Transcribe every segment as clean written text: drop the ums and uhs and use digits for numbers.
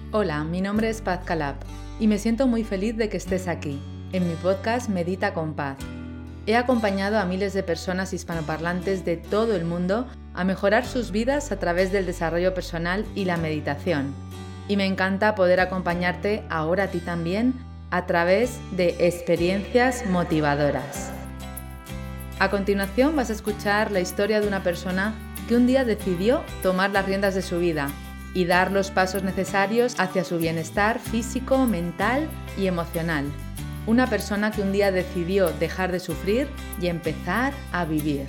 Hola, mi nombre es Paz Calab y me siento muy feliz de que estés aquí, en mi podcast Medita con Paz. He acompañado a miles de personas hispanoparlantes de todo el mundo a mejorar sus vidas a través del desarrollo personal y la meditación. Y me encanta poder acompañarte ahora a ti también a través de experiencias motivadoras. A continuación vas a escuchar la historia de una persona que un día decidió tomar las riendas de su vida y dar los pasos necesarios hacia su bienestar físico, mental y emocional. Una persona que un día decidió dejar de sufrir y empezar a vivir.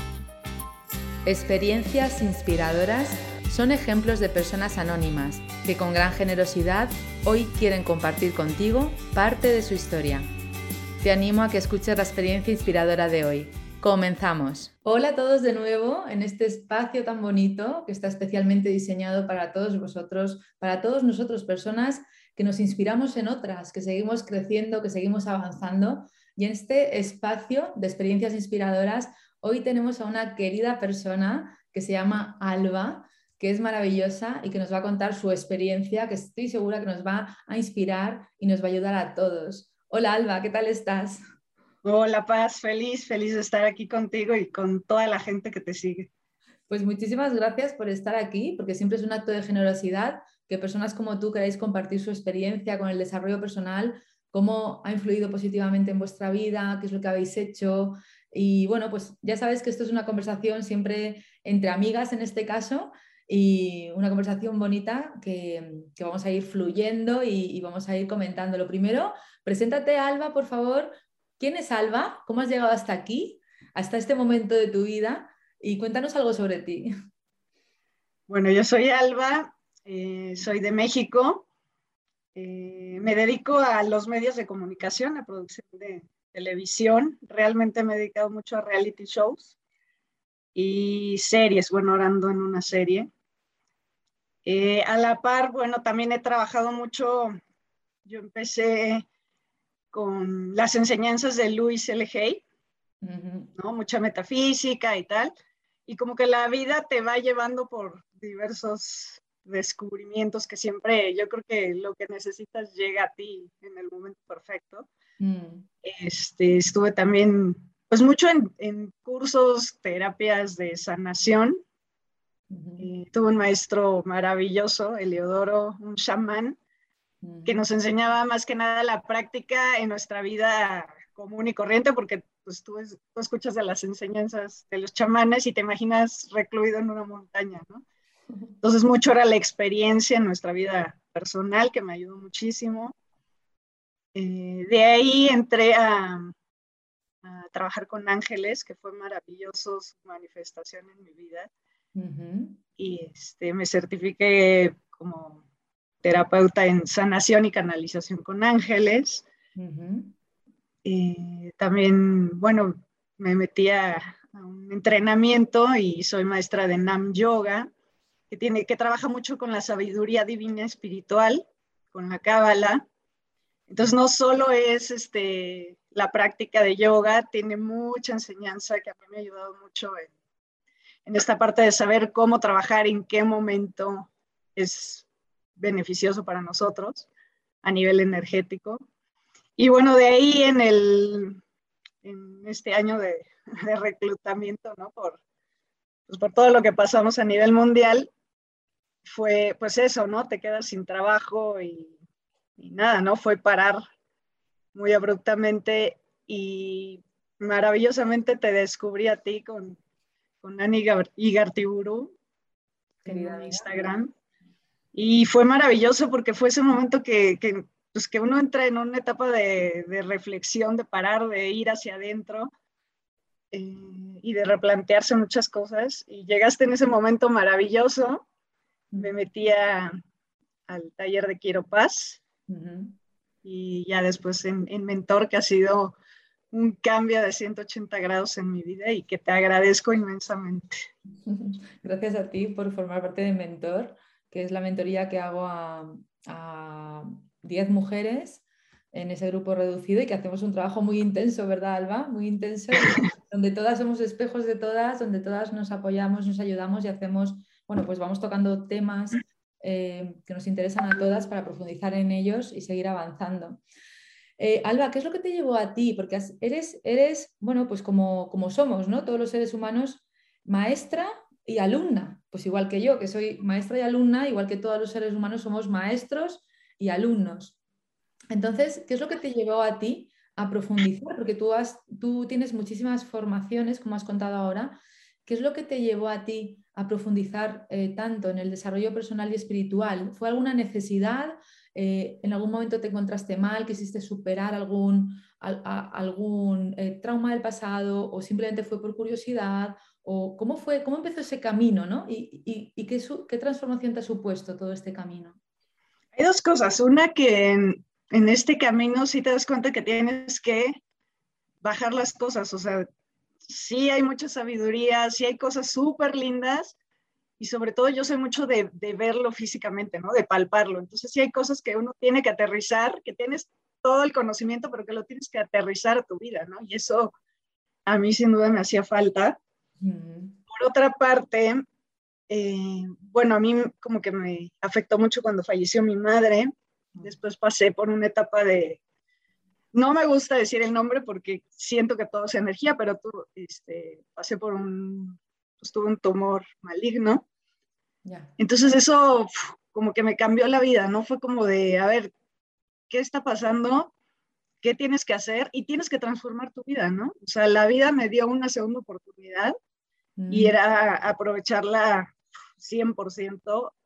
Experiencias inspiradoras son ejemplos de personas anónimas que con gran generosidad hoy quieren compartir contigo parte de su historia. Te animo a que escuches la experiencia inspiradora de hoy. ¡Comenzamos! Hola a todos de nuevo en este espacio tan bonito que está especialmente diseñado para todos vosotros, para todos nosotros, personas que nos inspiramos en otras, que seguimos creciendo, que seguimos avanzando. Y en este espacio de experiencias inspiradoras, hoy tenemos a una querida persona que se llama Alba, que es maravillosa y que nos va a contar su experiencia, que estoy segura que nos va a inspirar y nos va a ayudar a todos. Hola Alba, ¿qué tal estás? Hola Paz, feliz de estar aquí contigo y con toda la gente que te sigue. Pues muchísimas gracias por estar aquí, porque siempre es un acto de generosidad que personas como tú queráis compartir su experiencia con el desarrollo personal, cómo ha influido positivamente en vuestra vida, qué es lo que habéis hecho. Y bueno, pues ya sabes que esto es una conversación siempre entre amigas en este caso y una conversación bonita que vamos a ir fluyendo y vamos a ir comentando. Lo primero, preséntate Alba, por favor. ¿Quién es Alba? ¿Cómo has llegado hasta aquí, hasta este momento de tu vida? Y cuéntanos algo sobre ti. Bueno, yo soy Alba, soy de México, me dedico a los medios de comunicación, a producción de televisión, realmente me he dedicado mucho a reality shows y series, bueno, ahora ando en una serie. A la par, bueno, también he trabajado mucho, yo empecé con las enseñanzas de Louis L. Hay, ¿no? Mucha metafísica y tal. Y como que la vida te va llevando por diversos descubrimientos que siempre, yo creo que lo que necesitas llega a ti en el momento perfecto. Estuve también, pues mucho en cursos, terapias de sanación. Tuve un maestro maravilloso, Eliodoro, un chamán, que nos enseñaba más que nada la práctica en nuestra vida común y corriente, porque pues tú escuchas de las enseñanzas de los chamanes y te imaginas recluido en una montaña, ¿no? Entonces mucho era la experiencia en nuestra vida personal que me ayudó muchísimo. De ahí entré a trabajar con ángeles, que fue maravilloso su manifestación en mi vida. Y me certifiqué como terapeuta en sanación y canalización con ángeles. También, bueno, me metí a un entrenamiento y soy maestra de Nam Yoga, que trabaja mucho con la sabiduría divina espiritual, con la Cábala. Entonces no solo es la práctica de yoga, tiene mucha enseñanza que a mí me ha ayudado mucho en esta parte de saber cómo trabajar, en qué momento es beneficioso para nosotros a nivel energético. Y bueno, de ahí en este año de reclutamiento, ¿no? Pues por todo lo que pasamos a nivel mundial, fue pues eso, ¿no? Te quedas sin trabajo y nada, ¿no? Fue parar muy abruptamente y maravillosamente te descubrí a ti con Ani Igartiburu en Querida un amiga. Instagram. Y fue maravilloso porque fue ese momento pues que uno entra en una etapa de reflexión, de parar, de ir hacia adentro y de replantearse muchas cosas. Y llegaste en ese momento maravilloso. Me metí al taller de Quiero Paz y ya después en Mentor, que ha sido un cambio de 180 grados en mi vida y que te agradezco inmensamente. Gracias a ti por formar parte de Mentor, que es la mentoría que hago a 10 mujeres en ese grupo reducido y que hacemos un trabajo muy intenso, ¿verdad, Alba? Muy intenso, donde todas somos espejos de todas, donde todas nos apoyamos, nos ayudamos y hacemos, bueno, pues vamos tocando temas que nos interesan a todas para profundizar en ellos y seguir avanzando. Alba, ¿qué es lo que te llevó a ti? Porque eres bueno, pues como somos, ¿no? Todos los seres humanos, maestra y alumna. Pues igual que yo, que soy maestra y alumna, igual que todos los seres humanos somos maestros y alumnos. Entonces, ¿qué es lo que te llevó a ti a profundizar? Porque tú tienes muchísimas formaciones, como has contado ahora. ¿Qué es lo que te llevó a ti a profundizar tanto en el desarrollo personal y espiritual? ¿Fue alguna necesidad? ¿En algún momento te encontraste mal? ¿Quisiste superar algún trauma del pasado? ¿O simplemente fue por curiosidad? ¿O cómo fue, cómo empezó ese camino, ¿no? ¿Y qué transformación te ha supuesto todo este camino? Hay dos cosas. Una, que en este camino sí te das cuenta que tienes que bajar las cosas. O sea, sí hay mucha sabiduría, sí hay cosas súper lindas, y sobre todo yo soy mucho de verlo físicamente, ¿no? De palparlo. Entonces sí hay cosas que uno tiene que aterrizar, que tienes todo el conocimiento, pero que lo tienes que aterrizar a tu vida, ¿no? Y eso a mí sin duda me hacía falta. Por otra parte, bueno, a mí como que me afectó mucho cuando falleció mi madre. Después pasé por una etapa de, no me gusta decir el nombre porque siento que todo es energía, pero pasé por pues tuve un tumor maligno. Ya. Entonces eso como que me cambió la vida, ¿no? Fue como de, a ver, ¿qué está pasando? ¿Qué tienes que hacer? Y tienes que transformar tu vida, ¿no? O sea, la vida me dio una segunda oportunidad y era aprovecharla 100%,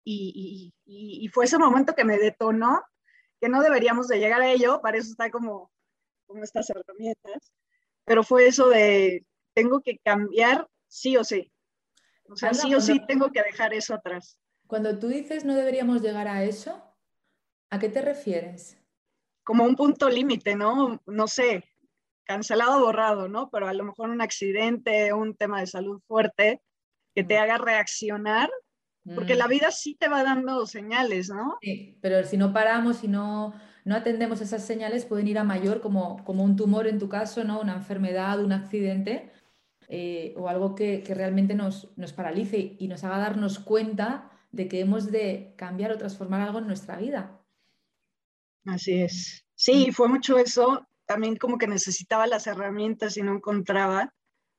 y fue ese momento que me detonó, que no deberíamos de llegar a ello, para eso está como estas herramientas, pero fue eso de, tengo que cambiar sí o sí, o sea, Alba, sí o sí tengo que dejar eso atrás. cuando tú dices no deberíamos llegar a eso, ¿a qué te refieres? Como un punto límite, ¿no? No sé, cancelado, borrado, ¿no? Pero a lo mejor un accidente, un tema de salud fuerte, que te haga reaccionar, porque la vida sí te va dando señales, ¿no? Sí, pero si no paramos, si no atendemos esas señales, pueden ir a mayor, como un tumor en tu caso, ¿no? Una enfermedad, un accidente, o algo que realmente nos paralice y nos haga darnos cuenta de que hemos de cambiar o transformar algo en nuestra vida. Así es. Sí, fue mucho eso. También como que necesitaba las herramientas y no encontraba.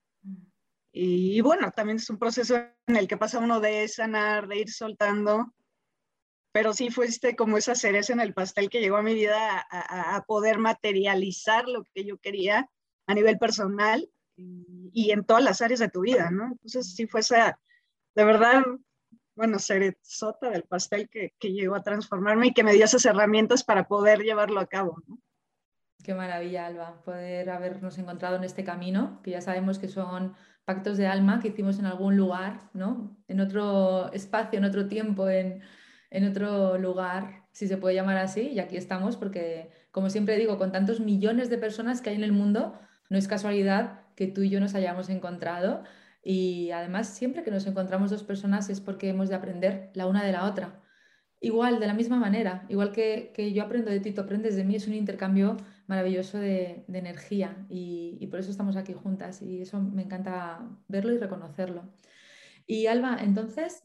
Y bueno, también es un proceso en el que pasa uno de sanar, de ir soltando, pero sí fue como esa cereza en el pastel que llegó a mi vida a poder materializar lo que yo quería a nivel personal y en todas las áreas de tu vida, ¿no? Entonces sí fue esa, de verdad, bueno, cerezota del pastel que llegó a transformarme y que me dio esas herramientas para poder llevarlo a cabo, ¿no? Qué maravilla, Alba, poder habernos encontrado en este camino, que ya sabemos que son pactos de alma que hicimos en algún lugar, ¿no? En otro espacio, en otro tiempo, en otro lugar, si se puede llamar así, y aquí estamos porque, como siempre digo, con tantos millones de personas que hay en el mundo, no es casualidad que tú y yo nos hayamos encontrado, y además siempre que nos encontramos dos personas es porque hemos de aprender la una de la otra. Igual, de la misma manera, igual que yo aprendo de ti, tú aprendes de mí, es un intercambio maravilloso de energía y por eso estamos aquí juntas y eso me encanta verlo y reconocerlo. Y Alba, entonces,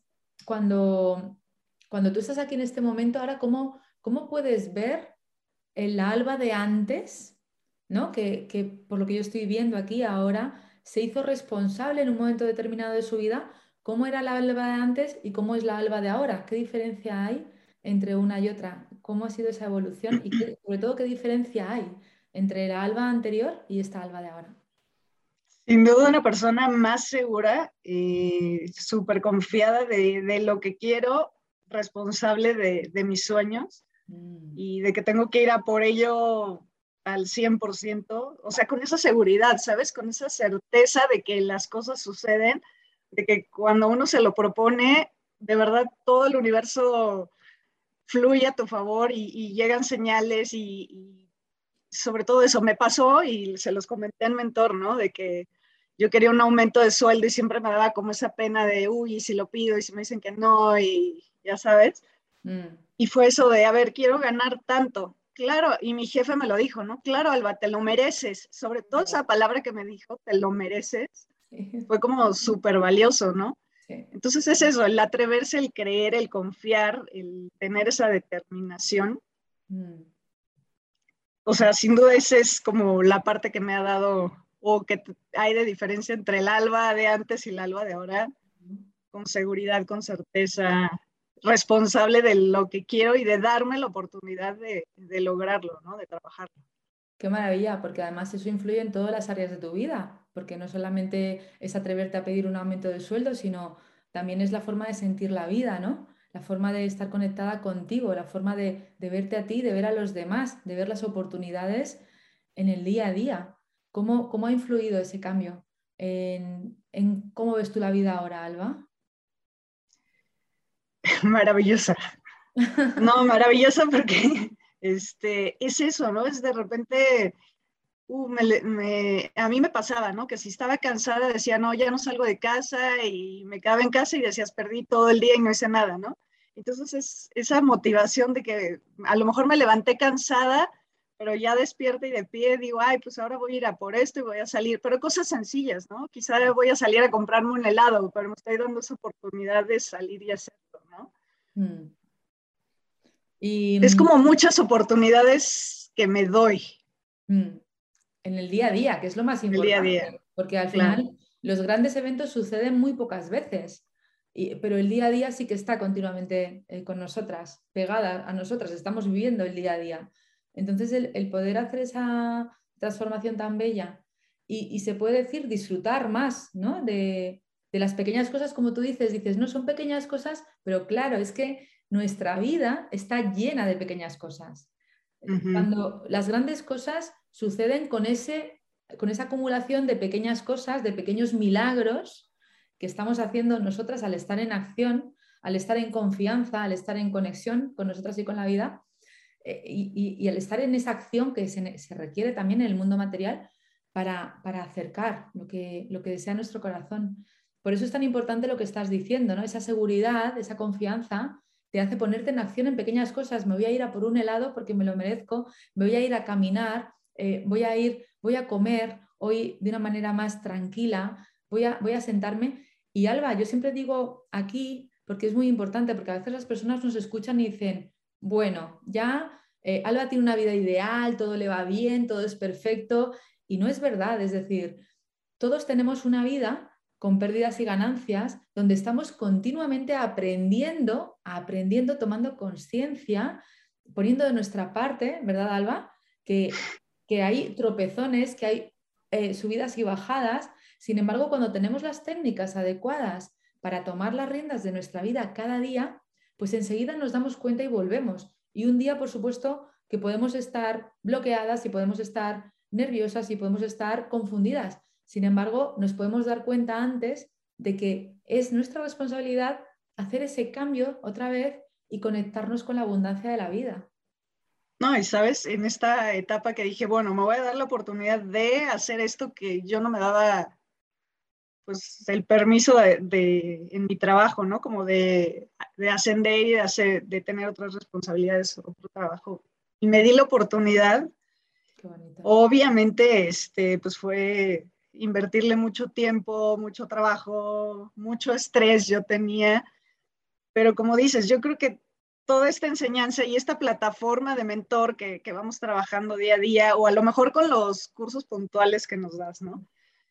cuando tú estás aquí en este momento, ahora, ¿cómo puedes ver en la Alba de antes, ¿no? Que por lo que yo estoy viendo aquí ahora, se hizo responsable en un momento determinado de su vida? ¿Cómo era la Alba de antes y cómo es la Alba de ahora? ¿Qué diferencia hay entre una y otra? ¿Cómo ha sido esa evolución? Y sobre todo, ¿qué diferencia hay entre la Alba anterior y esta Alba de ahora? Sin duda una persona más segura, súper confiada de lo que quiero, responsable de mis sueños Mm. y de que tengo que ir a por ello al 100%, o sea, con esa seguridad, ¿sabes? Con esa certeza de que las cosas suceden, de que cuando uno se lo propone, de verdad todo el universo fluye a tu favor y llegan señales y sobre todo eso me pasó y se los comenté al mentor, ¿no? De que yo quería un aumento de sueldo y siempre me daba como esa pena de, uy, y si lo pido y si me dicen que no y ya sabes. Mm. Y fue eso de, a ver, quiero ganar tanto. Claro, y mi jefe me lo dijo, ¿no? Claro, Alba, te lo mereces. Sobre todo esa palabra que me dijo, te lo mereces, fue como súper valioso, ¿no? Sí. Entonces es eso, el atreverse, el creer, el confiar, el tener esa determinación. Mm. O sea, sin duda esa es como la parte que me ha dado, o que hay de diferencia entre el Alba de antes y el Alba de ahora, con seguridad, con certeza, responsable de lo que quiero y de darme la oportunidad de lograrlo, ¿no? De trabajarlo. Qué maravilla, porque además eso influye en todas las áreas de tu vida, porque no solamente es atreverte a pedir un aumento de sueldo, sino también es la forma de sentir la vida, ¿no? La forma de estar conectada contigo, la forma de verte a ti, de ver a los demás, de ver las oportunidades en el día a día. ¿Cómo ha influido ese cambio en cómo ves tú la vida ahora, Alba? Maravillosa. No, maravillosa porque es eso, ¿no? Es de repente, a mí me pasaba, ¿no? Que si estaba cansada decía, no, ya no salgo de casa y me quedaba en casa y decías, perdí todo el día y no hice nada, ¿no? Entonces es esa motivación de que a lo mejor me levanté cansada, pero ya despierta y de pie digo, ay, pues ahora voy a ir a por esto y voy a salir, pero cosas sencillas, ¿no? Quizá voy a salir a comprarme un helado, pero me estoy dando esa oportunidad de salir y hacerlo, ¿no? Mm. Y Es como muchas oportunidades que me doy mm, en el día a día, que es lo más en el día a día, importante, porque al claro. final los grandes eventos suceden muy pocas veces, pero el día a día sí que está continuamente con nosotras, pegada a nosotras, estamos viviendo el día a día. Entonces el poder hacer esa transformación tan bella y se puede decir disfrutar más, ¿no? De las pequeñas cosas, como tú dices, no son pequeñas cosas, pero claro, es que nuestra vida está llena de pequeñas cosas. Ujú. Cuando las grandes cosas suceden con esa acumulación de pequeñas cosas, de pequeños milagros que estamos haciendo nosotras al estar en acción, al estar en confianza, al estar en conexión con nosotras y con la vida, y al estar en esa acción que se requiere también en el mundo material para acercar lo que desea nuestro corazón. Por eso es tan importante lo que estás diciendo, ¿no? Esa seguridad, esa confianza te hace ponerte en acción en pequeñas cosas. Me voy a ir a por un helado porque me lo merezco, me voy a ir a caminar, voy a comer hoy de una manera más tranquila, voy a sentarme. Y Alba, yo siempre digo aquí, porque es muy importante, porque a veces las personas nos escuchan y dicen, bueno, ya Alba tiene una vida ideal, todo le va bien, todo es perfecto, y no es verdad. Es decir, todos tenemos una vida con pérdidas y ganancias, donde estamos continuamente aprendiendo, tomando conciencia, poniendo de nuestra parte, ¿verdad, Alba? Que hay tropezones, que hay subidas y bajadas. Sin embargo, cuando tenemos las técnicas adecuadas para tomar las riendas de nuestra vida cada día, pues enseguida nos damos cuenta y volvemos. Y un día, por supuesto, que podemos estar bloqueadas y podemos estar nerviosas y podemos estar confundidas. Sin embargo, nos podemos dar cuenta antes de que es nuestra responsabilidad hacer ese cambio otra vez y conectarnos con la abundancia de la vida. No, y sabes, en esta etapa que dije, bueno, me voy a dar la oportunidad de hacer esto que yo no me daba, pues, el permiso en mi trabajo, ¿no? Como de ascender y de tener otras responsabilidades, otro trabajo. Y me di la oportunidad. Qué bonito. Obviamente, pues fue invertirle mucho tiempo, mucho trabajo, mucho estrés yo tenía, pero como dices, yo creo que toda esta enseñanza y esta plataforma de mentor que vamos trabajando día a día, o a lo mejor con los cursos puntuales que nos das, ¿no?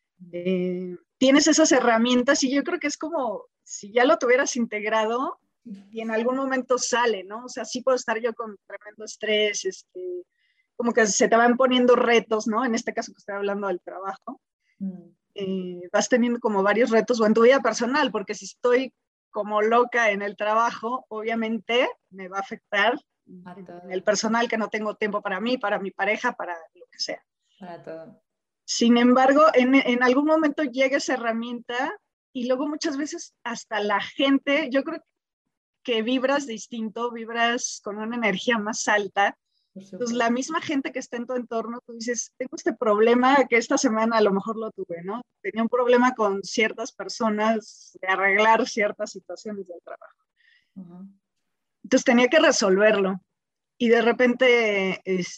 Tienes esas herramientas y yo creo que es como si ya lo tuvieras integrado y en algún momento sale, ¿no? O sea, sí puedo estar yo con tremendo estrés, como que se te van poniendo retos, ¿no? En este caso que estoy hablando del trabajo, Mm. vas teniendo como varios retos o en tu vida personal, porque si estoy como loca en el trabajo, obviamente me va a afectar A en el todo, personal, que no tengo tiempo para mí, para mi pareja, para lo que sea. para todo. Sin embargo, en algún momento llega esa herramienta y luego muchas veces hasta la gente, yo creo que vibras distinto, vibras con una energía más alta. Por Entonces, la supuesto. misma gente que está en tu entorno, tú dices, tengo este problema que esta semana a lo mejor lo tuve, ¿no? Tenía un problema con ciertas personas de arreglar ciertas situaciones del trabajo. Ajá. Entonces, tenía que resolverlo. Y de repente,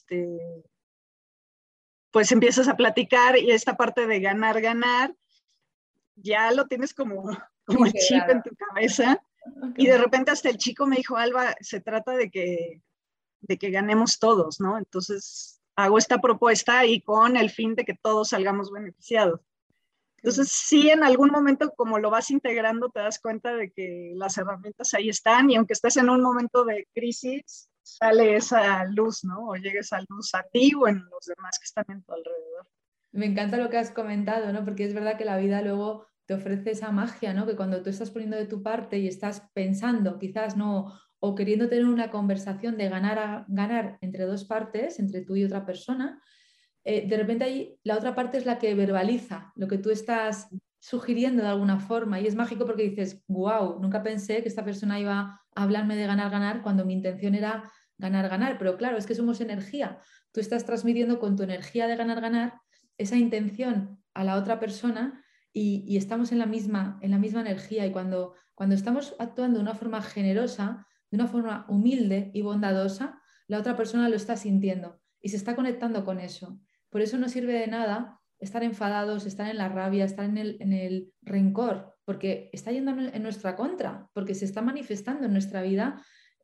pues empiezas a platicar y esta parte de ganar, ganar, ya lo tienes como como el chip Integrado. en tu cabeza. Oh, qué Y de bueno. repente hasta el chico me dijo, Alba, se trata de que ganemos todos, ¿no? Entonces hago esta propuesta y con el fin de que todos salgamos beneficiados. Qué bueno. Entonces, sí, en algún momento, como lo vas integrando, te das cuenta de que las herramientas ahí están y aunque estés en un momento de crisis, sale esa luz, ¿no? O llega esa luz a ti o en los demás que están en tu alrededor. Me encanta lo que has comentado, ¿no? Porque es verdad que la vida luego te ofrece esa magia, ¿no? Que cuando tú estás poniendo de tu parte y estás pensando, quizás no, o queriendo tener una conversación de ganar a ganar entre dos partes, entre tú y otra persona, de repente ahí la otra parte es la que verbaliza lo que tú estás sugiriendo de alguna forma y es mágico porque dices, wow, nunca pensé que esta persona iba a hablarme de ganar, ganar cuando mi intención era ganar, ganar, pero claro, es que somos energía, tú estás transmitiendo con tu energía de ganar, ganar esa intención a la otra persona y estamos en la misma energía y cuando estamos actuando de una forma generosa, de una forma humilde y bondadosa, la otra persona lo está sintiendo y se está conectando con eso. Por eso no sirve de nada estar enfadados, estar en la rabia, estar en el rencor, porque está yendo en nuestra contra, porque se está manifestando en nuestra vida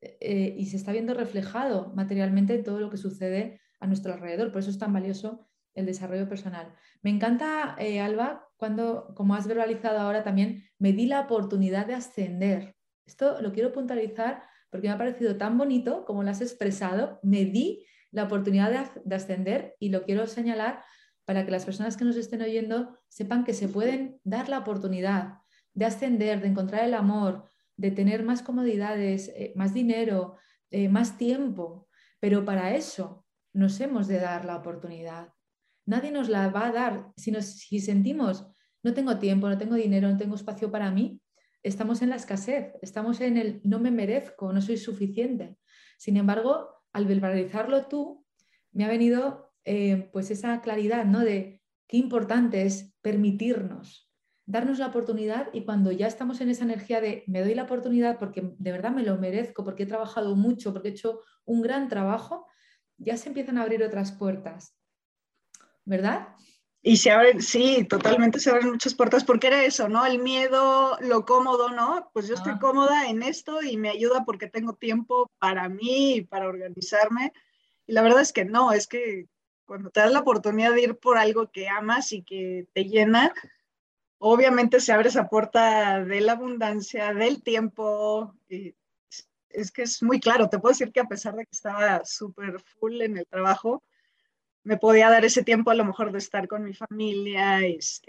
y se está viendo reflejado materialmente todo lo que sucede a nuestro alrededor. Por eso es tan valioso el desarrollo personal. Me encanta, Alba, cuando, como has verbalizado ahora también, me di la oportunidad de ascender. Esto lo quiero puntualizar porque me ha parecido tan bonito como lo has expresado. Me di la oportunidad de ascender y lo quiero señalar para que las personas que nos estén oyendo sepan que se pueden dar la oportunidad de ascender, de encontrar el amor, de tener más comodidades, más dinero, más tiempo. Pero para eso nos hemos de dar la oportunidad. Nadie nos la va a dar. Si sentimos, no tengo tiempo, no tengo dinero, no tengo espacio para mí, estamos en la escasez, estamos en el no me merezco, no soy suficiente. Sin embargo, al verbalizarlo tú, me ha venido pues esa claridad, ¿no? De qué importante es permitirnos, darnos la oportunidad y cuando ya estamos en esa energía de me doy la oportunidad porque de verdad me lo merezco, porque he trabajado mucho, porque he hecho un gran trabajo, ya se empiezan a abrir otras puertas, ¿verdad? Y se abren, sí, totalmente se abren muchas puertas, porque era eso, ¿no? El miedo, lo cómodo, ¿no? Pues yo estoy Ah, cómoda en esto y me ayuda porque tengo tiempo para mí y para organizarme. Y la verdad es que no, es que cuando te das la oportunidad de ir por algo que amas y que te llena, obviamente se abre esa puerta de la abundancia, del tiempo. Y es que es muy claro, te puedo decir que a pesar de que estaba súper full en el trabajo, me podía dar ese tiempo a lo mejor de estar con mi familia,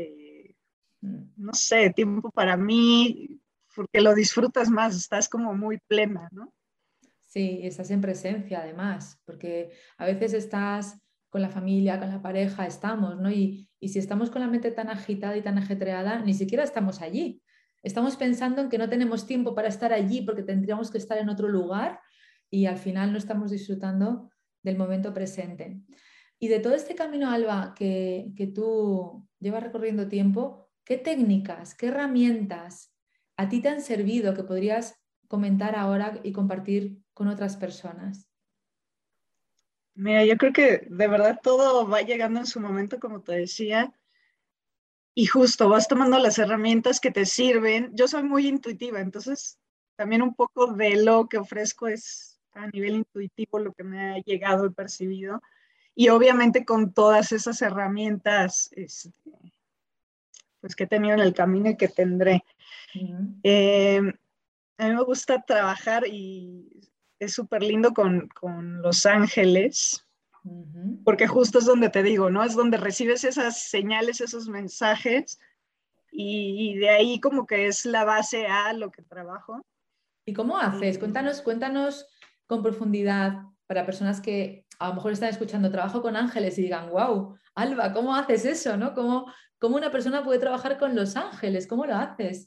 mm. no sé, tiempo para mí, porque lo disfrutas más, estás como muy plena, ¿no? Sí, estás en presencia además, porque a veces estás con la familia, con la pareja, estamos, ¿no? Y si estamos con la mente tan agitada y tan ajetreada, ni siquiera estamos allí. Estamos pensando en que no tenemos tiempo para estar allí porque tendríamos que estar en otro lugar y al final no estamos disfrutando del momento presente. Y de todo este camino, Alba, que tú llevas recorriendo tiempo, ¿qué técnicas, qué herramientas a ti te han servido que podrías comentar ahora y compartir con otras personas? Mira, yo creo que de verdad todo va llegando en su momento, como te decía, y justo vas tomando las herramientas que te sirven. Yo soy muy intuitiva, entonces también un poco de lo que ofrezco es a nivel intuitivo lo que me ha llegado y percibido. Y obviamente con todas esas herramientas pues, que he tenido en el camino y que tendré. Ujú, Eh, a mí me gusta trabajar y es súper lindo con Los Ángeles, ujú. porque justo es donde te digo, ¿no? Es donde recibes esas señales, esos mensajes y de ahí como que es la base a lo que trabajo. ¿Y cómo haces? Eh, Cuéntanos, cuéntanos con profundidad para personas que a lo mejor están escuchando trabajo con ángeles y digan, wow, Alba, ¿cómo haces eso? ¿No? ¿Cómo una persona puede trabajar con los ángeles? ¿Cómo lo haces?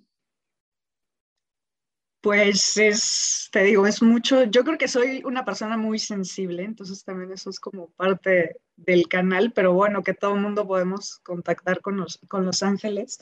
pues te digo, es mucho, yo creo que soy una persona muy sensible, entonces también eso es como parte del canal, pero bueno, que todo el mundo podemos contactar con los ángeles.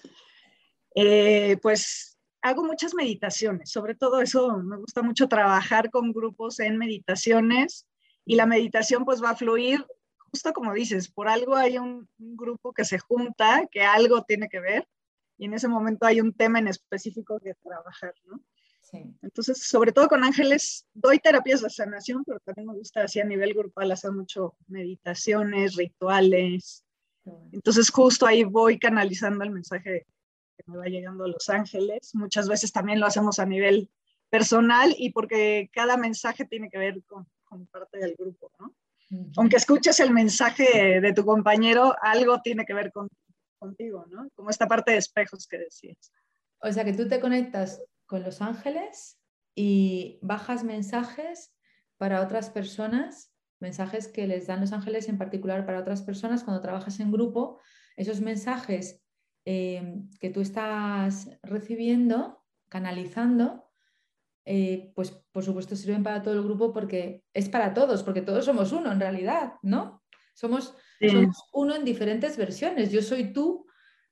Pues hago muchas meditaciones, sobre todo eso, me gusta mucho trabajar con grupos en meditaciones y la meditación pues va a fluir, justo como dices, por algo hay un grupo que se junta, que algo tiene que ver y en ese momento hay un tema en específico que trabajar, ¿no? Sí. Entonces, sobre todo con ángeles, doy terapias de sanación, pero también me gusta así a nivel grupal hacer mucho meditaciones, rituales. Bueno. Entonces, justo ahí voy canalizando el mensaje que me va llegando a los ángeles. Muchas veces también lo hacemos a nivel personal y porque cada mensaje tiene que ver con parte del grupo, ¿no? Aunque escuches el mensaje de tu compañero, algo tiene que ver contigo, ¿no? Como esta parte de espejos que decías. O sea que tú te conectas con los ángeles y bajas mensajes para otras personas, mensajes que les dan los ángeles en particular para otras personas cuando trabajas en grupo, esos mensajes que tú estás recibiendo, canalizando, pues por supuesto sirven para todo el grupo porque es para todos, porque todos somos uno en realidad, ¿no? Somos uno en diferentes versiones. Yo soy tú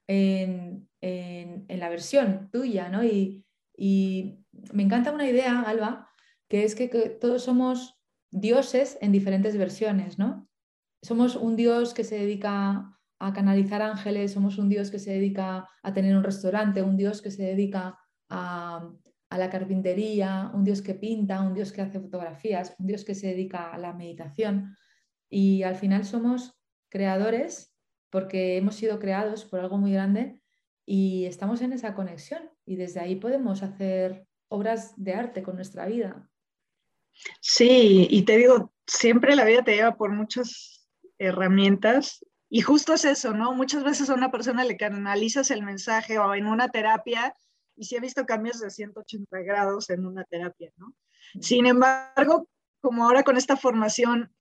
en la versión tuya, ¿no? Y me encanta una idea, Alba, que es que todos somos dioses en diferentes versiones, ¿no? Somos un dios que se dedica a canalizar ángeles, somos un dios que se dedica a tener un restaurante, un dios que se dedica a la carpintería, un dios que pinta, un dios que hace fotografías, un dios que se dedica a la meditación. Y al final somos creadores porque hemos sido creados por algo muy grande y estamos en esa conexión y desde ahí podemos hacer obras de arte con nuestra vida. Sí, y te digo, siempre la vida te lleva por muchas herramientas y justo es eso, ¿no? Muchas veces a una persona le canalizas el mensaje o en una terapia y sí he visto cambios de 180 grados en una terapia, ¿no? Sin embargo, como ahora con esta formación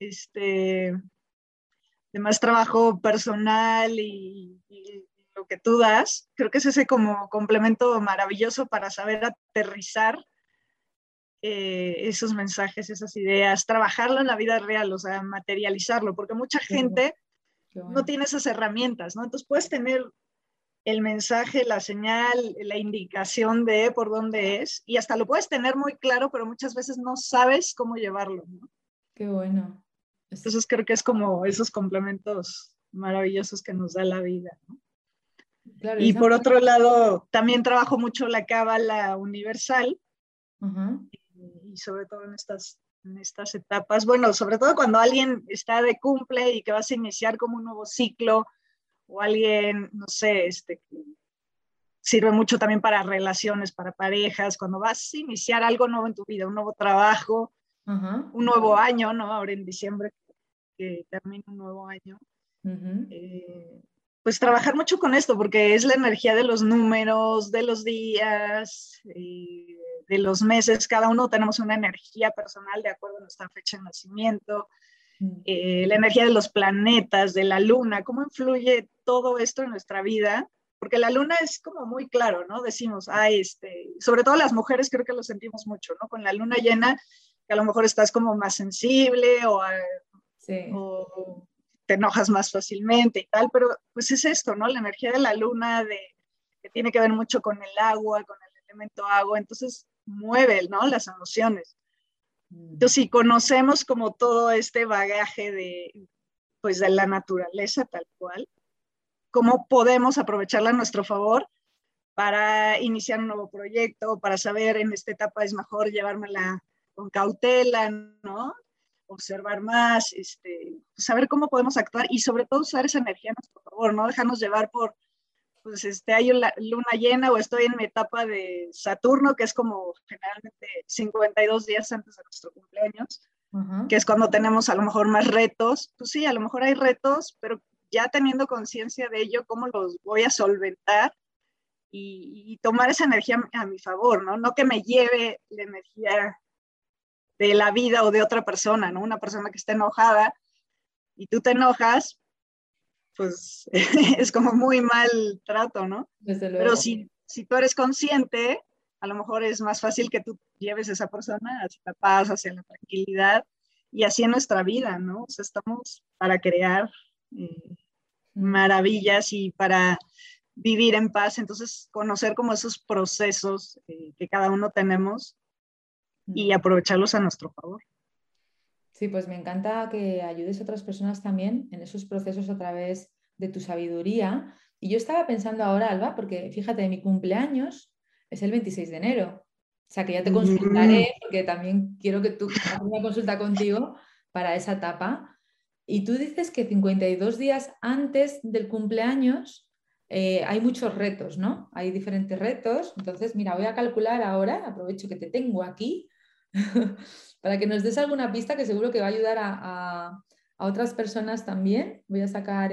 de más trabajo personal y lo que tú das, creo que es ese como complemento maravilloso para saber aterrizar esos mensajes, esas ideas, trabajarlo en la vida real, o sea, materializarlo, porque mucha gente no tiene esas herramientas, ¿no? Entonces puedes tener el mensaje, la señal, la indicación de por dónde es, y hasta lo puedes tener muy claro, pero muchas veces no sabes cómo llevarlo, ¿no? Qué bueno. Entonces creo que es como esos complementos maravillosos que nos da la vida, ¿no? Claro, Y por otro lado, también trabajo mucho la cábala universal, y sobre todo en estas etapas, bueno, sobre todo cuando alguien está de cumple y que vas a iniciar como un nuevo ciclo, o alguien, no sé, sirve mucho también para relaciones, para parejas, cuando vas a iniciar algo nuevo en tu vida, un nuevo trabajo, un nuevo año, ¿no? Ahora en diciembre que termina un nuevo año. Pues trabajar mucho con esto, porque es la energía de los números, de los días, de los meses. Cada uno tenemos una energía personal de acuerdo a nuestra fecha de nacimiento. La energía de los planetas, de la luna, cómo influye todo esto en nuestra vida. Porque la luna es como muy claro, ¿no? Decimos, sobre todo las mujeres creo que lo sentimos mucho, ¿no? Con la luna llena, que a lo mejor estás como más sensible o te enojas más fácilmente y tal, pero pues es esto, ¿no? La energía de la luna que tiene que ver mucho con el agua, con el elemento agua, entonces mueve, ¿no? Las emociones. Entonces, si conocemos como todo este bagaje pues de la naturaleza tal cual, ¿cómo podemos aprovecharla a nuestro favor para iniciar un nuevo proyecto, para saber en esta etapa es mejor llevármela con cautela, ¿no? Observar más, saber cómo podemos actuar y sobre todo usar esa energía a nuestro favor, no dejarnos llevar por, pues hay una luna llena o estoy en mi etapa de Saturno, que es como generalmente 52 días antes de nuestro cumpleaños, que es cuando tenemos a lo mejor más retos. Pues sí, a lo mejor hay retos, pero ya teniendo conciencia de ello, cómo los voy a solventar y tomar esa energía a mi favor, ¿no? No que me lleve la energía de la vida o de otra persona, ¿no? Una persona que está enojada y tú te enojas, pues es como muy mal trato, ¿no? Desde Pero luego. si tú eres consciente, a lo mejor es más fácil que tú lleves a esa persona hacia la paz, hacia la tranquilidad y así en nuestra vida, ¿no? O sea, estamos para crear maravillas y para vivir en paz, entonces conocer como esos procesos que cada uno tenemos y aprovecharlos a nuestro favor. Sí, pues me encanta que ayudes a otras personas también en esos procesos a través de tu sabiduría. Y yo estaba pensando ahora, Alba, porque fíjate, mi cumpleaños es el 26 de enero. O sea, que ya te Mm, consultaré, porque también quiero que tú hagas una consulta contigo para esa etapa. Y tú dices que 52 días antes del cumpleaños hay muchos retos, ¿no? Hay diferentes retos. Entonces, mira, voy a calcular ahora, aprovecho que te tengo aquí, para que nos des alguna pista que seguro que va a ayudar a otras personas también. Voy a sacar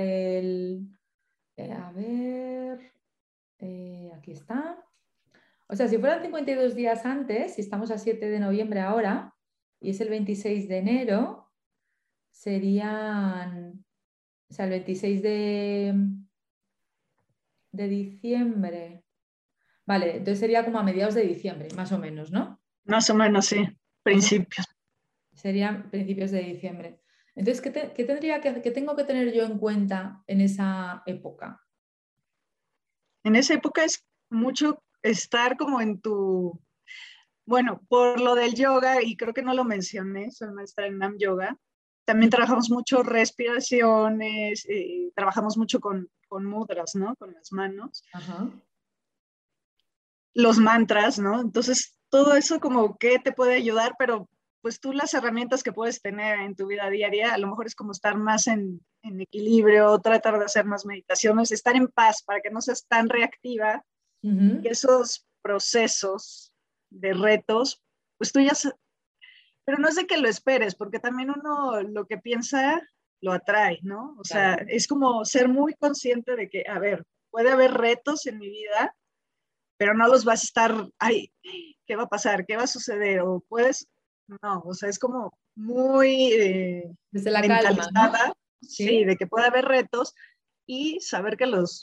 a ver, aquí está. O sea, si fueran 52 días antes, si estamos a 7 de noviembre ahora, y es el 26 de enero, serían, o sea, el 26 de diciembre. Vale, entonces sería como a mediados de diciembre, más o menos, ¿no? más o menos, sí, Más o principios. serían principios de diciembre. Entonces, ¿qué tengo que tener yo en cuenta en esa época? En esa época es mucho estar como en tu, bueno, por lo del yoga, y creo que no lo mencioné, soy maestra en Nam Yoga, también trabajamos mucho respiraciones, trabajamos mucho con mudras, ¿no? Con las manos, Ajá. los mantras, ¿no? Entonces, todo eso como que te puede ayudar, pero pues tú las herramientas que puedes tener en tu vida diaria, a lo mejor es como estar más en equilibrio, tratar de hacer más meditaciones, estar en paz para que no seas tan reactiva y que Ujú. esos procesos de retos, pues tú ya, pero no es de que lo esperes, porque también uno lo que piensa lo atrae, ¿no? O sea, Claro. es como ser muy consciente de que, a ver, puede haber retos en mi vida, pero no los vas a estar, ay, ¿qué va a pasar? ¿Qué va a suceder? O puedes, no, o sea, es como muy Desde la calma, ¿no? mentalizada, sí, Sí. de que puede haber retos y saber que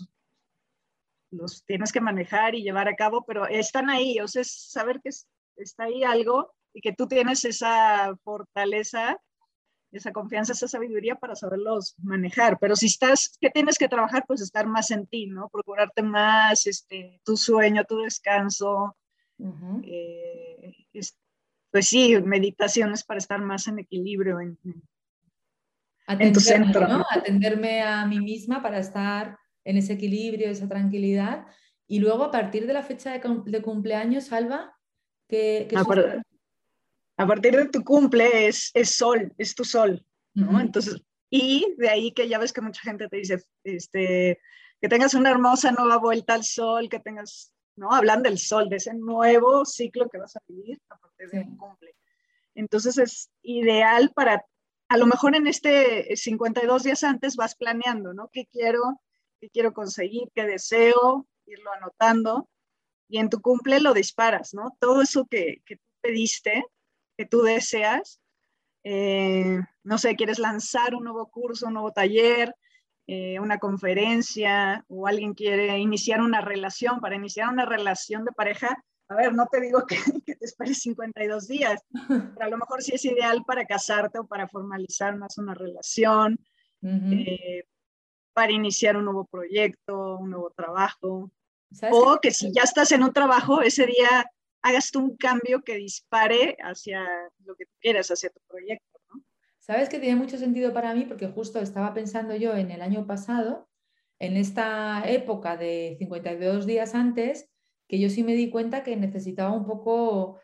los tienes que manejar y llevar a cabo, pero están ahí, o sea, es saber que está ahí algo y que tú tienes esa fortaleza, esa confianza, esa sabiduría para saberlos manejar. Pero si estás, ¿qué tienes que trabajar? Pues estar más en ti, ¿no? Procurarte más, tu sueño, tu descanso, Ujú. pues sí, meditaciones para estar más en equilibrio en tu Atenderme, centro, ¿no? ¿no? Atenderme a mí misma para estar en ese equilibrio, esa tranquilidad. Y luego, a partir de la fecha de cumpleaños, Alba, ¿qué A, sucede? par- a partir de tu cumple es sol, es tu sol, ¿no? Ujú. Entonces, y de ahí que ya ves que mucha gente te dice, que tengas una hermosa nueva vuelta al sol, que tengas, ¿no? Hablan del sol, de ese nuevo ciclo que vas a vivir a partir de tu Sí. cumple. Entonces es ideal para, a lo mejor en este 52 días antes vas planeando, ¿no? ¿Qué quiero conseguir? ¿Qué deseo? Irlo anotando y en tu cumple lo disparas, ¿no? Todo eso que tú pediste, que tú deseas, no sé, quieres lanzar un nuevo curso, un nuevo taller, una conferencia, o alguien quiere iniciar una relación, para iniciar una relación de pareja, a ver, no te digo que te esperes 52 días, pero a lo mejor sí es ideal para casarte o para formalizar más una relación, Ujú. eh, para iniciar un nuevo proyecto, un nuevo trabajo, ¿Sabes qué? o que si ya estás en un trabajo, ese día hagas tú un cambio que dispare hacia lo que tú quieras, hacia tu proyecto, ¿no? Sabes que tiene mucho sentido para mí porque justo estaba pensando yo en el año pasado, en esta época de 52 días antes, que yo sí me di cuenta que necesitaba un poco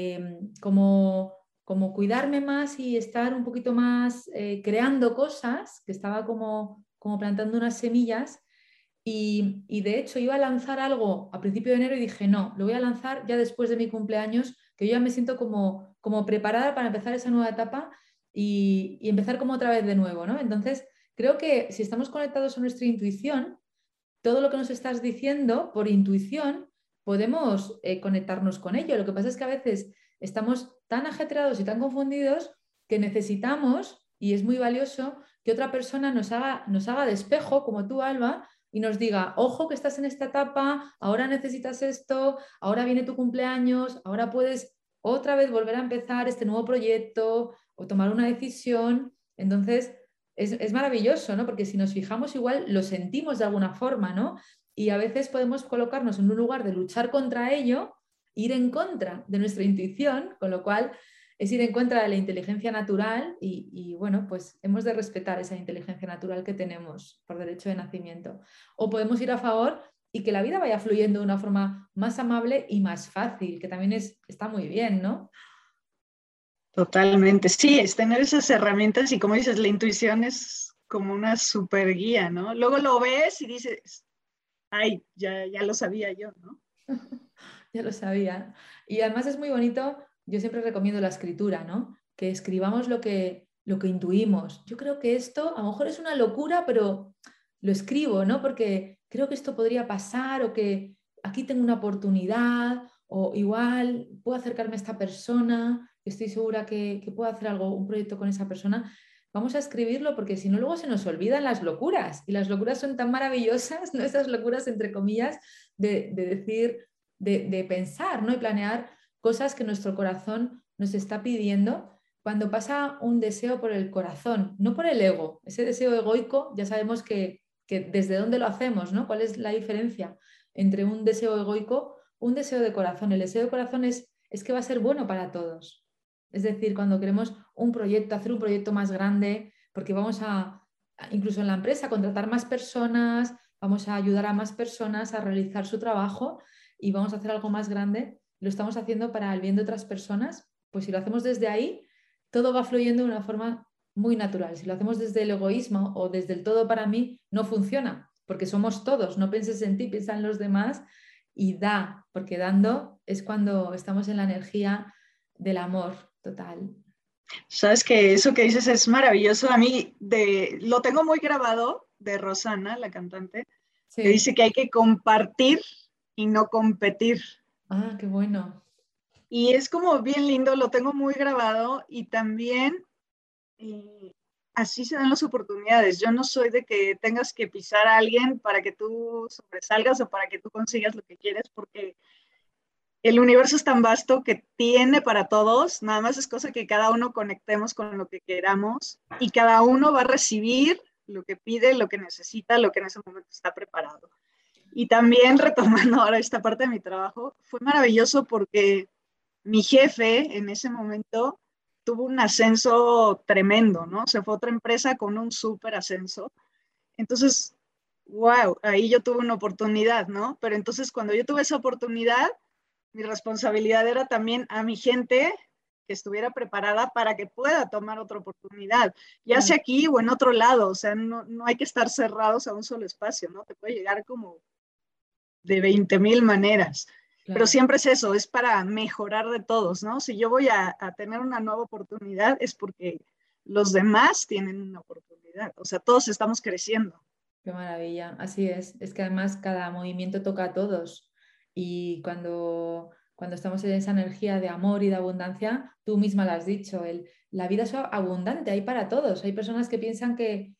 como cuidarme más y estar un poquito más creando cosas, que estaba como plantando unas semillas y de hecho iba a lanzar algo a principio de enero y dije, no, lo voy a lanzar ya después de mi cumpleaños, que yo ya me siento como preparada para empezar esa nueva etapa y empezar como otra vez de nuevo, ¿no? Entonces, creo que si estamos conectados a nuestra intuición, todo lo que nos estás diciendo por intuición, podemos conectarnos con ello. Lo que pasa es que a veces estamos tan ajetreados y tan confundidos que necesitamos, y es muy valioso, que otra persona nos haga de espejo, como tú, Alba, y nos diga, ojo que estás en esta etapa, ahora necesitas esto, ahora viene tu cumpleaños, ahora puedes otra vez volver a empezar este nuevo proyecto o tomar una decisión. Entonces, es maravilloso, ¿no? Porque si nos fijamos igual lo sentimos de alguna forma, ¿no? Y a veces podemos colocarnos en un lugar de luchar contra ello, ir en contra de nuestra intuición, con lo cual es ir en contra de la inteligencia natural y bueno, pues hemos de respetar esa inteligencia natural que tenemos por derecho de nacimiento. O podemos ir a favor y que la vida vaya fluyendo de una forma más amable y más fácil, que también está muy bien, ¿no? Totalmente. Sí, es tener esas herramientas y como dices, la intuición es como una super guía, ¿no? Luego lo ves y dices, ay, ya lo sabía yo, ¿no? Ya lo sabía. Y además es muy bonito, yo siempre recomiendo la escritura, ¿no? Que escribamos lo que intuimos. Yo creo que esto a lo mejor es una locura, pero lo escribo, ¿no? Porque creo que esto podría pasar o que aquí tengo una oportunidad o igual puedo acercarme a esta persona, estoy segura que puedo hacer algo, un proyecto con esa persona. Vamos a escribirlo porque si no luego se nos olvidan las locuras y las locuras son tan maravillosas, ¿no? Esas locuras entre comillas de decir de pensar, ¿no? Y planear cosas que nuestro corazón nos está pidiendo cuando pasa un deseo por el corazón, no por el ego. Ese deseo egoico ya sabemos que desde dónde lo hacemos, ¿no? ¿Cuál es la diferencia entre un deseo egoico, un deseo de corazón? El deseo de corazón es que va a ser bueno para todos. Es decir, cuando queremos un proyecto, hacer un proyecto más grande, porque vamos incluso en la empresa, contratar más personas, vamos a ayudar a más personas a realizar su trabajo y vamos a hacer algo más grande, lo estamos haciendo para el bien de otras personas, pues si lo hacemos desde ahí, todo va fluyendo de una forma muy natural. Si lo hacemos desde el egoísmo o desde el todo para mí, no funciona, porque somos todos, no pienses en ti, piensa en los demás y da, porque dando es cuando estamos en la energía del amor total. Sabes que eso que dices es maravilloso. A mí lo tengo muy grabado de Rosana, la cantante, que Sí, dice que hay que compartir y no competir. ah, qué bueno. Y es como bien lindo, lo tengo muy grabado y también eh, así se dan las oportunidades. Yo no soy de que tengas que pisar a alguien para que tú sobresalgas o para que tú consigas lo que quieres, porque el universo es tan vasto que tiene para todos, nada más es cosa que cada uno conectemos con lo que queramos y cada uno va a recibir lo que pide, lo que necesita, lo que en ese momento está preparado. Y también retomando ahora esta parte de mi trabajo, fue maravilloso porque mi jefe en ese momento tuvo un ascenso tremendo, ¿no? Se fue a otra empresa con un súper ascenso. Entonces, wow, ahí yo tuve una oportunidad, ¿no? Pero entonces cuando yo tuve esa oportunidad, mi responsabilidad era también a mi gente que estuviera preparada para que pueda tomar otra oportunidad, ya Claro, sea aquí o en otro lado, o sea, no hay que estar cerrados a un solo espacio, ¿no? Te puede llegar como de 20,000 maneras, pero claro. siempre es eso, es para mejorar de todos, ¿no? Si yo voy a tener una nueva oportunidad es porque los demás tienen una oportunidad, o sea, todos estamos creciendo. Qué maravilla, así es. Es que además cada movimiento toca a todos y cuando estamos en esa energía de amor y de abundancia, tú misma lo has dicho, la vida es abundante, hay para todos. Hay personas que piensan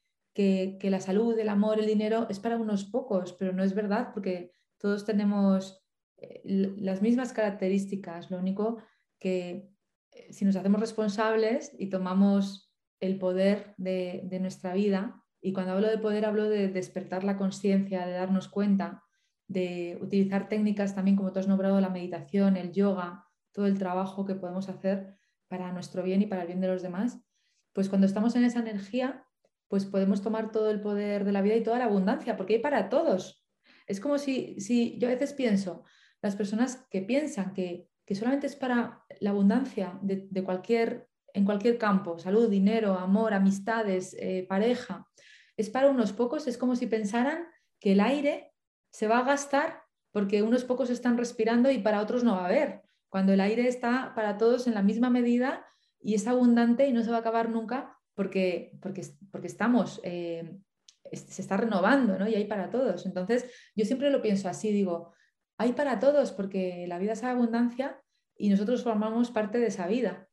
que la salud, el amor, el dinero es para unos pocos, pero no es verdad porque todos tenemos las mismas características. Lo único que si nos hacemos responsables y tomamos el poder de nuestra vida, y cuando hablo de poder, hablo de despertar la conciencia, de darnos cuenta, de utilizar técnicas también, como tú has nombrado, la meditación, el yoga, todo el trabajo que podemos hacer para nuestro bien y para el bien de los demás. Pues cuando estamos en esa energía, pues podemos tomar todo el poder de la vida y toda la abundancia, porque hay para todos. Es como si yo a veces pienso, las personas que piensan que solamente es para la abundancia de cualquier, en cualquier campo, salud, dinero, amor, amistades, pareja, es para unos pocos, es como si pensaran que el aire se va a gastar porque unos pocos están respirando y para otros no va a haber, cuando el aire está para todos en la misma medida y es abundante y no se va a acabar nunca porque estamos, se está renovando, ¿no? Y hay para todos. Entonces, yo siempre lo pienso así, digo, hay para todos porque la vida es abundancia y nosotros formamos parte de esa vida.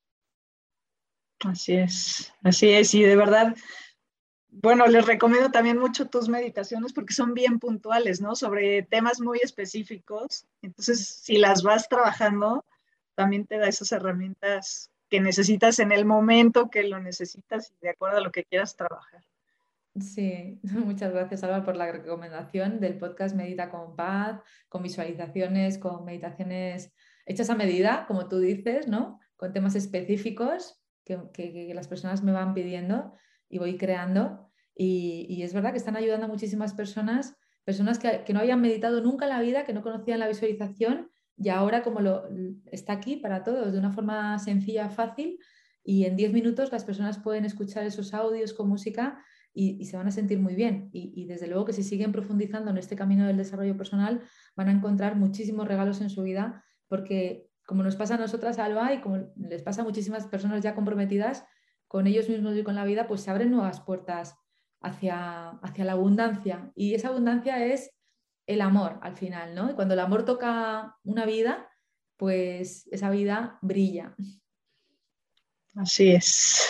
Así es, y de verdad, bueno, les recomiendo también mucho tus meditaciones porque son bien puntuales, ¿no? Sobre temas muy específicos. Entonces, si las vas trabajando, también te da esas herramientas que necesitas en el momento que lo necesitas y de acuerdo a lo que quieras trabajar. Sí, muchas gracias, Alba, por la recomendación del podcast Medita con Paz, con visualizaciones, con meditaciones hechas a medida, como tú dices, ¿no? con temas específicos que las personas me van pidiendo y voy creando. Y es verdad que están ayudando a muchísimas personas que no habían meditado nunca en la vida, que no conocían la visualización y ahora como está aquí para todos de una forma sencilla, fácil y en 10 minutos las personas pueden escuchar esos audios con música y se van a sentir muy bien. Y desde luego que si siguen profundizando en este camino del desarrollo personal van a encontrar muchísimos regalos en su vida porque como nos pasa a nosotras, Alba, y como les pasa a muchísimas personas ya comprometidas con ellos mismos y con la vida, pues se abren nuevas puertas hacia la abundancia. Y esa abundancia es el amor al final, ¿no? Y cuando el amor toca una vida, pues esa vida brilla. Así es.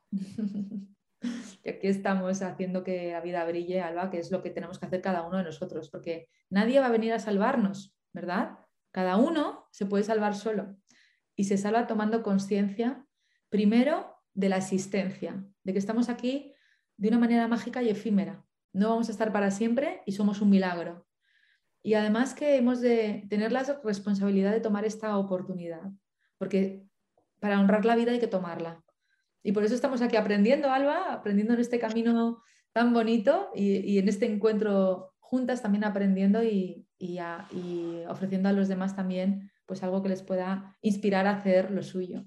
Y aquí estamos haciendo que la vida brille, Alba, que es lo que tenemos que hacer cada uno de nosotros, porque nadie va a venir a salvarnos, ¿verdad? Cada uno se puede salvar solo y se salva tomando conciencia primero de la existencia, de que estamos aquí de una manera mágica y efímera. No vamos a estar para siempre y somos un milagro. Y además que hemos de tener la responsabilidad de tomar esta oportunidad, porque para honrar la vida hay que tomarla. Y por eso estamos aquí aprendiendo, Alba, aprendiendo en este camino tan bonito y en este encuentro juntas también aprendiendo y ofreciendo a los demás también pues algo que les pueda inspirar a hacer lo suyo.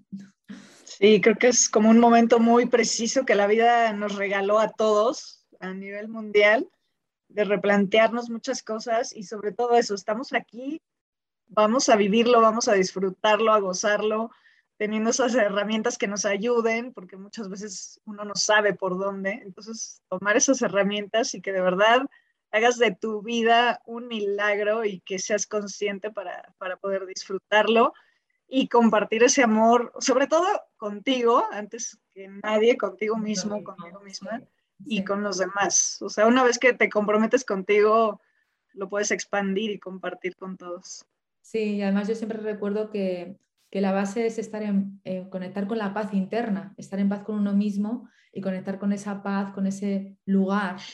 Sí, creo que es como un momento muy preciso que la vida nos regaló a todos a nivel mundial, de replantearnos muchas cosas y sobre todo eso, estamos aquí, vamos a vivirlo, vamos a disfrutarlo, a gozarlo, teniendo esas herramientas que nos ayuden, porque muchas veces uno no sabe por dónde. Entonces, tomar esas herramientas y que de verdad hagas de tu vida un milagro y que seas consciente para poder disfrutarlo y compartir ese amor, sobre todo contigo, antes que nadie, contigo mismo, contigo misma Sí, y sí. con los demás. O sea, una vez que te comprometes contigo, lo puedes expandir y compartir con todos. Sí, y además yo siempre recuerdo que la base es estar conectar con la paz interna, estar en paz con uno mismo y conectar con esa paz, con ese lugar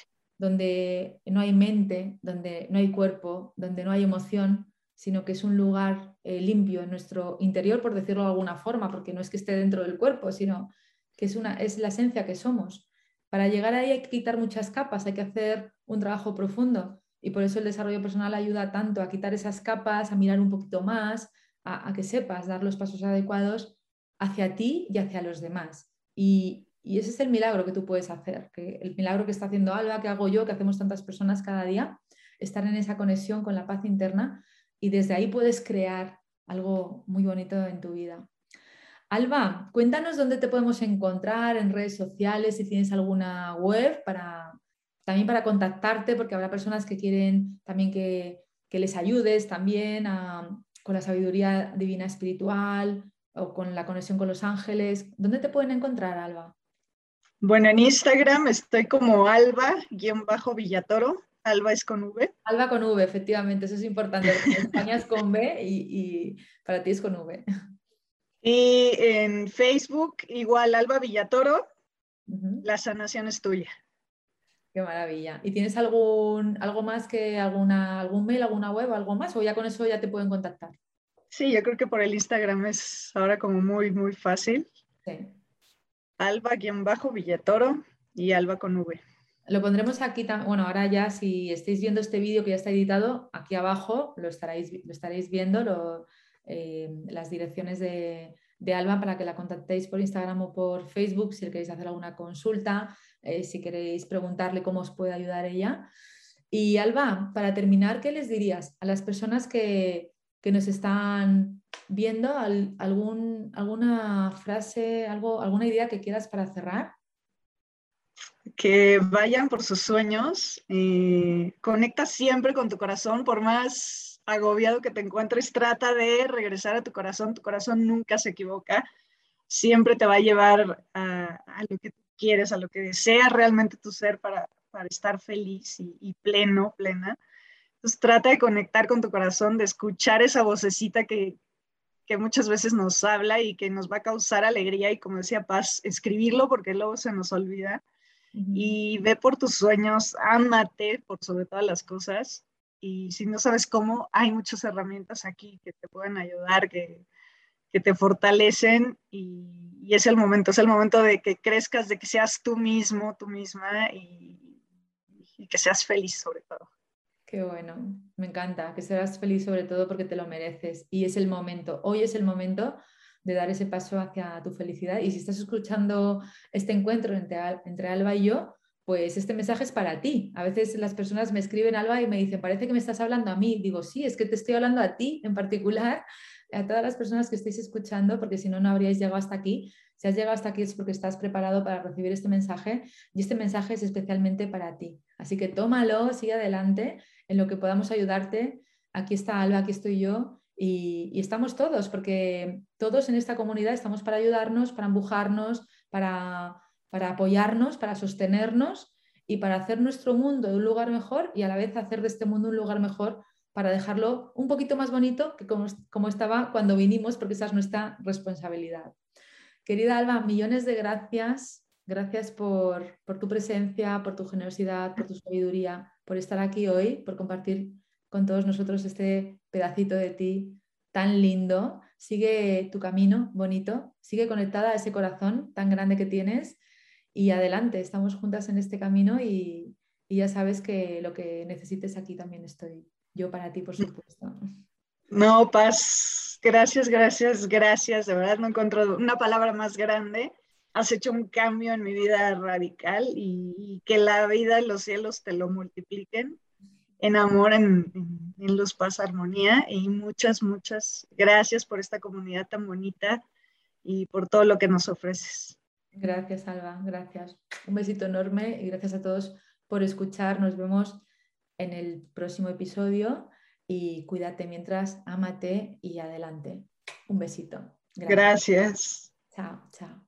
donde no hay mente, donde no hay cuerpo, donde no hay emoción, sino que es un lugar limpio en nuestro interior, por decirlo de alguna forma, porque no es que esté dentro del cuerpo, sino que es la esencia que somos. Para llegar ahí hay que quitar muchas capas, hay que hacer un trabajo profundo. Y por eso el desarrollo personal ayuda tanto a quitar esas capas, a mirar un poquito más, a que sepas dar los pasos adecuados hacia ti y hacia los demás. Y ese es el milagro que tú puedes hacer, que el milagro que está haciendo Alba, que hago yo, que hacemos tantas personas cada día, estar en esa conexión con la paz interna y desde ahí puedes crear algo muy bonito en tu vida. Alba, cuéntanos dónde te podemos encontrar en redes sociales, si tienes alguna web también para contactarte, porque habrá personas que quieren también que les ayudes también con la sabiduría divina espiritual o con la conexión con los ángeles. ¿Dónde te pueden encontrar, Alba? Bueno, en Instagram estoy como Alba-Villatoro. Alba es con V. Alba con V, efectivamente, eso es importante, porque en España es con B y para ti es con V. Y en Facebook, igual Alba Villatoro, Ujú. la sanación es tuya. Qué maravilla. ¿Y tienes algo más que algún mail, alguna web, algo más? ¿O ya con eso ya te pueden contactar? Sí, yo creo que por el Instagram es ahora como muy, muy fácil. Sí. Alba-Villatoro y Alba con V. Lo pondremos aquí, bueno, ahora ya si estáis viendo este vídeo que ya está editado, aquí abajo lo estaréis viendo, las direcciones de Alba para que la contactéis por Instagram o por Facebook si queréis hacer alguna consulta, si queréis preguntarle cómo os puede ayudar ella. Y Alba, para terminar, ¿qué les dirías a las personas que nos están viendo? ¿Alguna frase, alguna idea que quieras para cerrar? Que vayan por sus sueños. Conecta siempre con tu corazón, por más agobiado que te encuentres, trata de regresar a tu corazón. Tu corazón nunca se equivoca. Siempre te va a llevar a lo que tú quieres, a lo que desea realmente tu ser para estar feliz y pleno, plena. Entonces trata de conectar con tu corazón, de escuchar esa vocecita que muchas veces nos habla y que nos va a causar alegría y, como decía Paz, escribirlo porque luego se nos olvida. Ujú. Y ve por tus sueños, ámate por sobre todas las cosas. Y si no sabes cómo, hay muchas herramientas aquí que te pueden ayudar, que que te fortalecen y es el momento de que crezcas, de que seas tú mismo, tú misma y que seas feliz sobre todo. Qué bueno, me encanta, que seas feliz sobre todo porque te lo mereces y es el momento, hoy es el momento de dar ese paso hacia tu felicidad. Y si estás escuchando este encuentro entre Alba y yo, pues este mensaje es para ti. A veces las personas me escriben, Alba, y me dicen, parece que me estás hablando a mí. Digo, sí, es que te estoy hablando a ti en particular, a todas las personas que estáis escuchando, porque si no, no habríais llegado hasta aquí. Si has llegado hasta aquí es porque estás preparado para recibir este mensaje y este mensaje es especialmente para ti. Así que tómalo, sigue adelante en lo que podamos ayudarte. Aquí está Alba, aquí estoy yo. Y estamos todos, porque todos en esta comunidad estamos para ayudarnos, para empujarnos, para apoyarnos, para sostenernos y para hacer nuestro mundo un lugar mejor y a la vez hacer de este mundo un lugar mejor para dejarlo un poquito más bonito que como estaba cuando vinimos, porque esa es nuestra responsabilidad. Querida Alba, millones de gracias. Gracias por tu presencia, por tu generosidad, por tu sabiduría, por estar aquí hoy, por compartir con todos nosotros este pedacito de ti tan lindo. Sigue tu camino bonito, sigue conectada a ese corazón tan grande que tienes y adelante, estamos juntas en este camino y ya sabes que lo que necesites aquí también estoy yo para ti, por supuesto. No, Paz, gracias, de verdad no encuentro una palabra más grande. Has hecho un cambio en mi vida radical y que la vida y los cielos te lo multipliquen. En amor, en luz, paz, armonía y muchas gracias por esta comunidad tan bonita y por todo lo que nos ofreces. Gracias, Alba, gracias. Un besito enorme y gracias a todos por escuchar. Nos vemos en el próximo episodio y cuídate mientras, ámate y adelante. Un besito. Gracias. Chao, chao.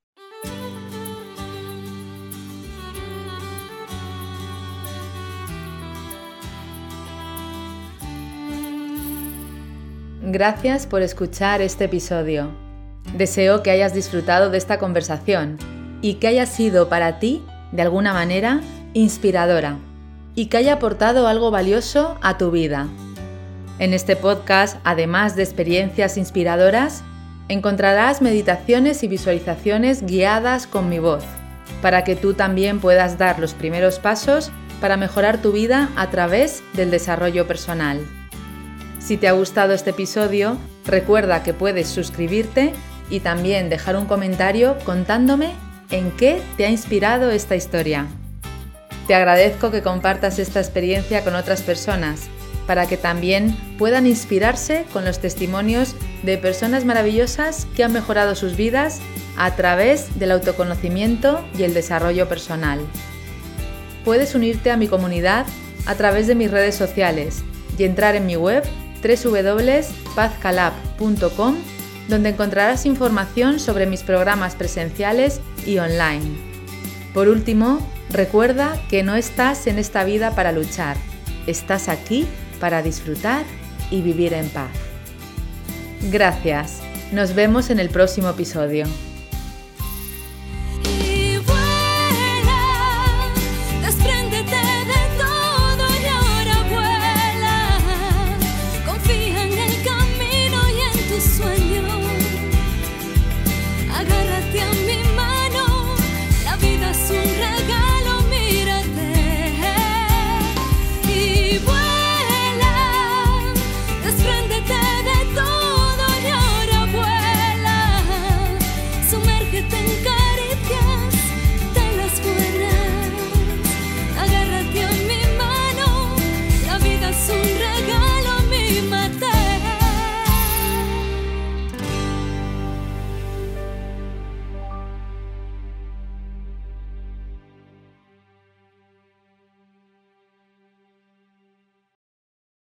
Gracias por escuchar este episodio. Deseo que hayas disfrutado de esta conversación y que haya sido para ti, de alguna manera, inspiradora y que haya aportado algo valioso a tu vida. En este podcast, además de experiencias inspiradoras, encontrarás meditaciones y visualizaciones guiadas con mi voz, para que tú también puedas dar los primeros pasos para mejorar tu vida a través del desarrollo personal. Si te ha gustado este episodio, recuerda que puedes suscribirte y también dejar un comentario contándome en qué te ha inspirado esta historia. Te agradezco que compartas esta experiencia con otras personas para que también puedan inspirarse con los testimonios de personas maravillosas que han mejorado sus vidas a través del autoconocimiento y el desarrollo personal. Puedes unirte a mi comunidad a través de mis redes sociales y entrar en mi web www.pazcalab.com, donde encontrarás información sobre mis programas presenciales y online. Por último, recuerda que no estás en esta vida para luchar, estás aquí para disfrutar y vivir en paz. Gracias, nos vemos en el próximo episodio.